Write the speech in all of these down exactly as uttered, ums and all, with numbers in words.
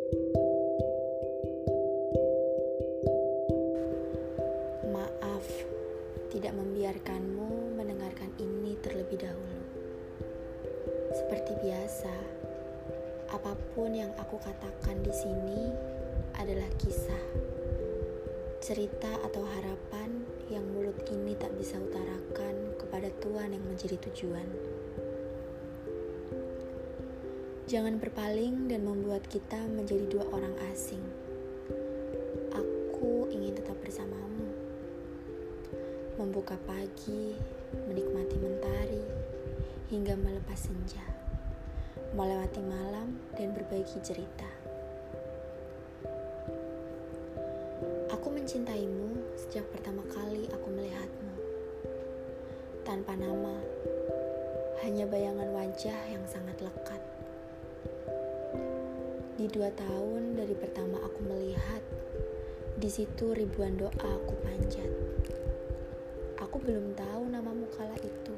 Maaf, tidak membiarkanmu mendengarkan ini terlebih dahulu. Seperti biasa, apapun yang aku katakan di sini adalah kisah, cerita atau harapan yang mulut ini tak bisa utarakan kepada Tuhan yang menjadi tujuan. Jangan berpaling dan membuat kita menjadi dua orang asing. Aku ingin tetap bersamamu, membuka pagi, menikmati mentari, hingga melepas senja, melewati malam dan berbagi cerita. Aku mencintaimu sejak pertama kali aku melihatmu. Tanpa nama, hanya bayangan wajah yang sangat lekat. Di dua tahun dari pertama aku melihat, di situ ribuan doa aku panjat. Aku belum tahu namamu kala itu.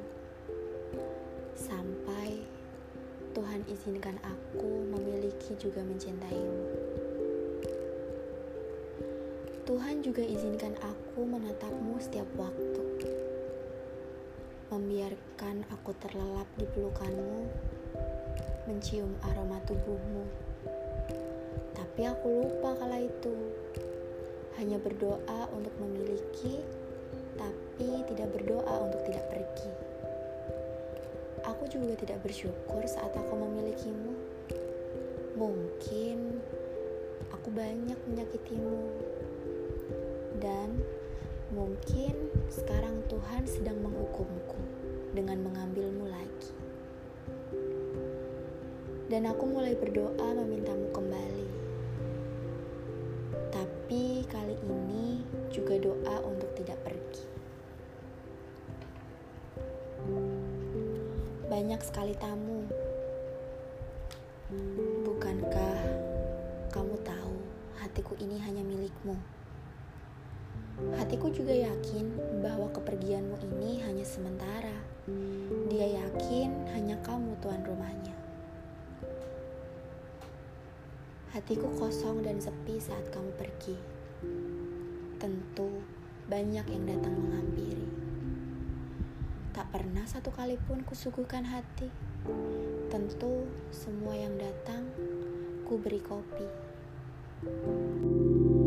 Sampai Tuhan izinkan aku memiliki juga mencintaimu. Tuhan juga izinkan aku menatapmu setiap waktu. Membiarkan aku terlelap di pelukanmu, mencium aroma tubuhmu. Tapi aku lupa kala itu. Hanya berdoa untuk memiliki, tapi tidak berdoa untuk tidak pergi. Aku juga tidak bersyukur saat aku memilikimu. Mungkin aku banyak menyakitimu. Dan mungkin sekarang Tuhan sedang menghukumku dengan mengambilmu lagi. Dan aku mulai berdoa memintamu kembali. Tapi kali ini juga doa untuk tidak pergi. Banyak sekali tamu. Bukankah kamu tahu hatiku ini hanya milikmu? Hatiku juga yakin bahwa kepergianmu ini hanya sementara. Dia yakin hanya kamu tuan rumahnya. Hatiku kosong dan sepi saat kamu pergi. Tentu banyak yang datang menghampiri. Tak pernah satu kali pun kusuguhkan hati. Tentu semua yang datang ku beri kopi.